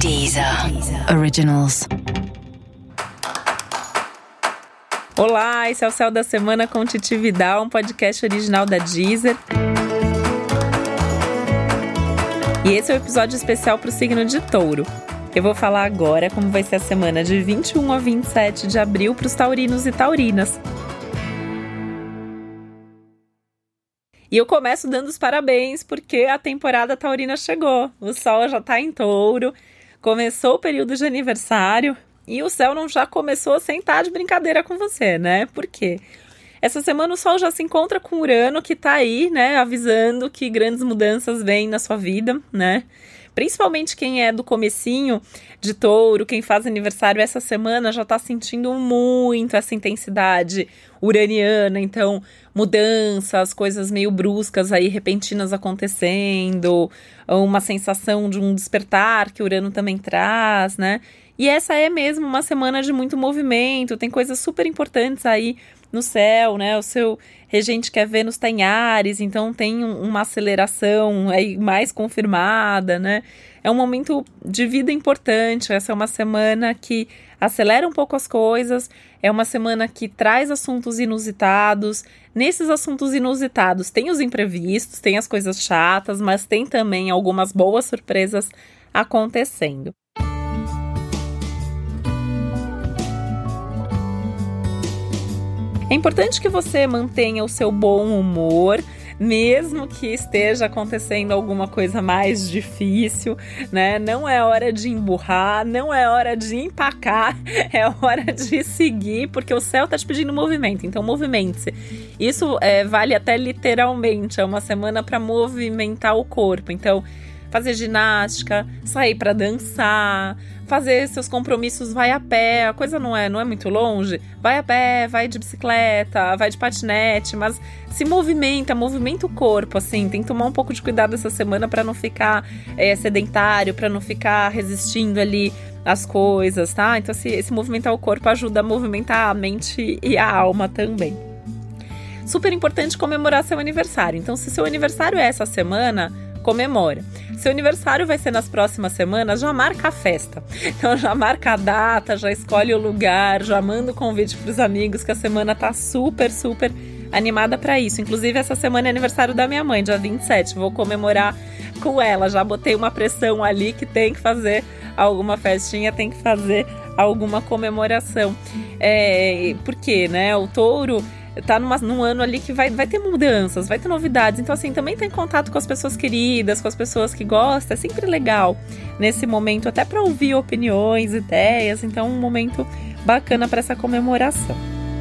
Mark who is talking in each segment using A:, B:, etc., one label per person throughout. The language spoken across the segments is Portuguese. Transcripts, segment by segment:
A: Deezer Originals.
B: Olá, esse é o Céu da Semana com Titi Vidal, um podcast original da Deezer. E esse é o episódio especial para o signo de Touro. Eu vou falar agora como vai ser a semana de 21 a 27 de abril para os taurinos e taurinas. E eu começo dando os parabéns porque a temporada taurina chegou. O sol já está em Touro, começou o período de aniversário e o céu não já começou a sentar de brincadeira com você, né? Por quê? Essa semana o sol já se encontra com Urano, que está aí, né, avisando que grandes mudanças vêm na sua vida, né? Principalmente quem é do comecinho de Touro, quem faz aniversário essa semana já está sentindo muito essa intensidade uraniana, então mudanças, coisas meio bruscas aí, repentinas acontecendo, uma sensação de um despertar que Urano também traz, né? E essa é mesmo uma semana de muito movimento, tem coisas super importantes aí no céu, né? O seu regente que é Vênus está em Áries, então tem uma aceleração aí mais confirmada, né? É um momento de vida importante, essa é uma semana que acelera um pouco as coisas, é uma semana que traz assuntos inusitados. Nesses assuntos inusitados tem os imprevistos, tem as coisas chatas, mas tem também algumas boas surpresas acontecendo. É importante que você mantenha o seu bom humor, mesmo que esteja acontecendo alguma coisa mais difícil, né? Não é hora de emburrar, não é hora de empacar, é hora de seguir, porque o céu está te pedindo movimento, então movimente-se. Isso vale até literalmente, é uma semana para movimentar o corpo, então fazer ginástica, sair para dançar, fazer seus compromissos, vai a pé, a coisa não é muito longe, vai a pé, vai de bicicleta, vai de patinete, mas se movimenta o corpo, assim, tem que tomar um pouco de cuidado essa semana para não ficar sedentário, para não ficar resistindo ali às coisas, tá? Então esse movimentar o corpo ajuda a movimentar a mente e a alma também. Super importante comemorar seu aniversário, então se seu aniversário é essa semana, comemora. Seu aniversário vai ser nas próximas semanas, já marca a festa. Então já marca a data, já escolhe o lugar, já manda o convite para os amigos, que a semana tá super animada para isso. Inclusive essa semana é aniversário da minha mãe, dia 27, vou comemorar com ela. Já botei uma pressão ali que tem que fazer alguma festinha, tem que fazer alguma comemoração. Por quê, né? O touro tá num ano ali que vai ter mudanças, vai ter novidades, então assim, também tem contato com as pessoas queridas, com as pessoas que gostam, é sempre legal nesse momento, até para ouvir opiniões, ideias, então um momento bacana para essa comemoração.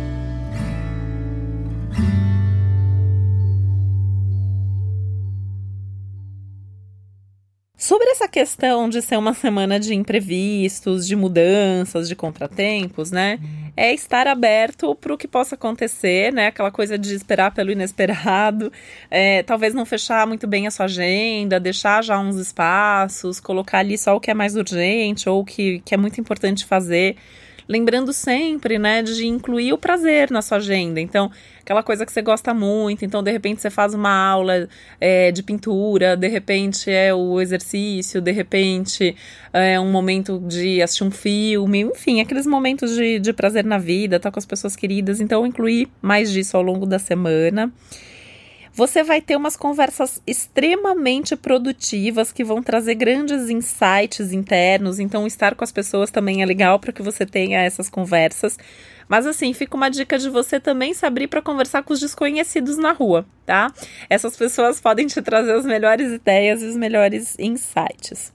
B: Sobre essa questão de ser uma semana de imprevistos, de mudanças, de contratempos, né? É estar aberto para o que possa acontecer, né? Aquela coisa de esperar pelo inesperado, talvez não fechar muito bem a sua agenda, deixar já uns espaços, colocar ali só o que é mais urgente ou o que é muito importante fazer. Lembrando sempre, né, de incluir o prazer na sua agenda. Então, aquela coisa que você gosta muito, então de repente você faz uma aula de pintura, de repente é o exercício, de repente é um momento de assistir um filme, enfim, aqueles momentos de prazer na vida, estar com as pessoas queridas. Então, incluir mais disso ao longo da semana. Você vai ter umas conversas extremamente produtivas que vão trazer grandes insights internos, então estar com as pessoas também é legal para que você tenha essas conversas. Mas assim, fica uma dica de você também se abrir para conversar com os desconhecidos na rua, tá? Essas pessoas podem te trazer as melhores ideias e os melhores insights.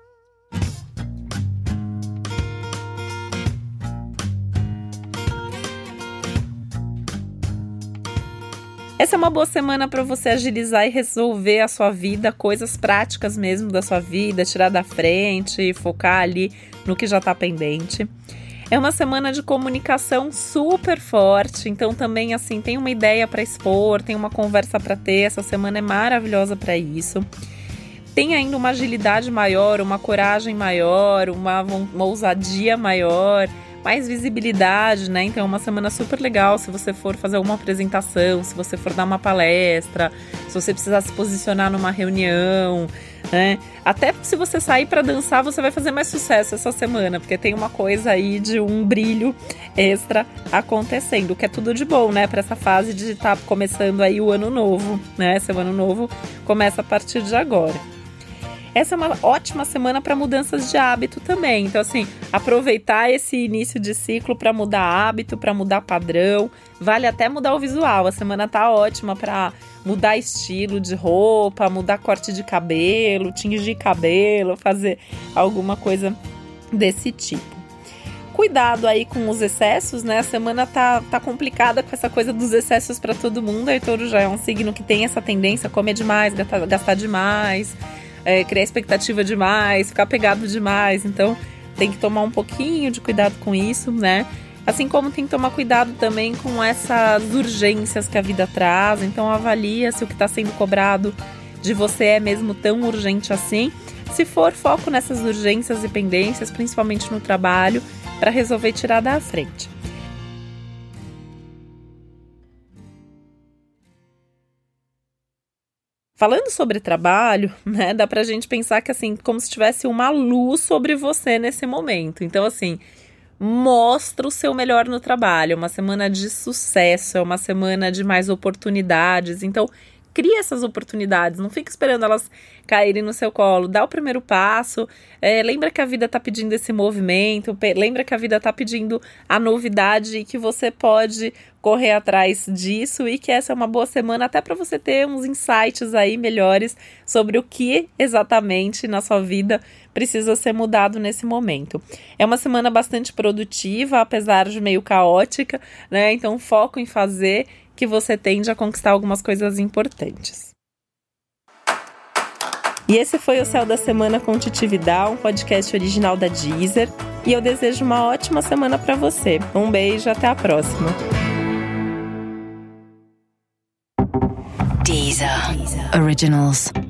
B: Essa é uma boa semana para você agilizar e resolver a sua vida, coisas práticas mesmo da sua vida, tirar da frente, focar ali no que já está pendente. É uma semana de comunicação super forte, então também assim, tem uma ideia para expor, tem uma conversa para ter, essa semana é maravilhosa para isso. Tem ainda uma agilidade maior, uma coragem maior, uma ousadia maior, mais visibilidade, né? Então é uma semana super legal se você for fazer alguma apresentação, se você for dar uma palestra, se você precisar se posicionar numa reunião, né? Até se você sair para dançar, você vai fazer mais sucesso essa semana, porque tem uma coisa aí de um brilho extra acontecendo, que é tudo de bom, né? Para essa fase de estar começando aí o ano novo, né? Seu ano novo começa a partir de agora. Essa é uma ótima semana para mudanças de hábito também. Então, assim, aproveitar esse início de ciclo para mudar hábito, para mudar padrão. Vale até mudar o visual. A semana tá ótima para mudar estilo de roupa, mudar corte de cabelo, tingir cabelo, fazer alguma coisa desse tipo. Cuidado aí com os excessos, né? A semana tá complicada com essa coisa dos excessos para todo mundo. Aí Touro já é um signo que tem essa tendência a comer demais, gastar demais, criar expectativa demais, ficar pegado demais. Então tem que tomar um pouquinho de cuidado com isso, né? Assim como tem que tomar cuidado também com essas urgências que a vida traz. Então avalia se o que está sendo cobrado de você é mesmo tão urgente assim. Se for, foco nessas urgências e pendências, principalmente no trabalho, para resolver tirar da frente. Falando sobre trabalho, né, dá pra gente pensar que assim, como se tivesse uma luz sobre você nesse momento. Então, assim, mostra o seu melhor no trabalho. É uma semana de sucesso, é uma semana de mais oportunidades. Então, cria essas oportunidades, não fica esperando elas caírem no seu colo. Dá o primeiro passo, lembra que a vida está pedindo esse movimento, lembra que a vida está pedindo a novidade e que você pode correr atrás disso e que essa é uma boa semana até para você ter uns insights aí melhores sobre o que exatamente na sua vida precisa ser mudado nesse momento. É uma semana bastante produtiva, apesar de meio caótica, né? Então foco em fazer que você tende a conquistar algumas coisas importantes. E esse foi o Céu da Semana com Titi Vidal, um podcast original da Deezer. E eu desejo uma ótima semana para você. Um beijo, até a próxima.
A: Deezer Originals.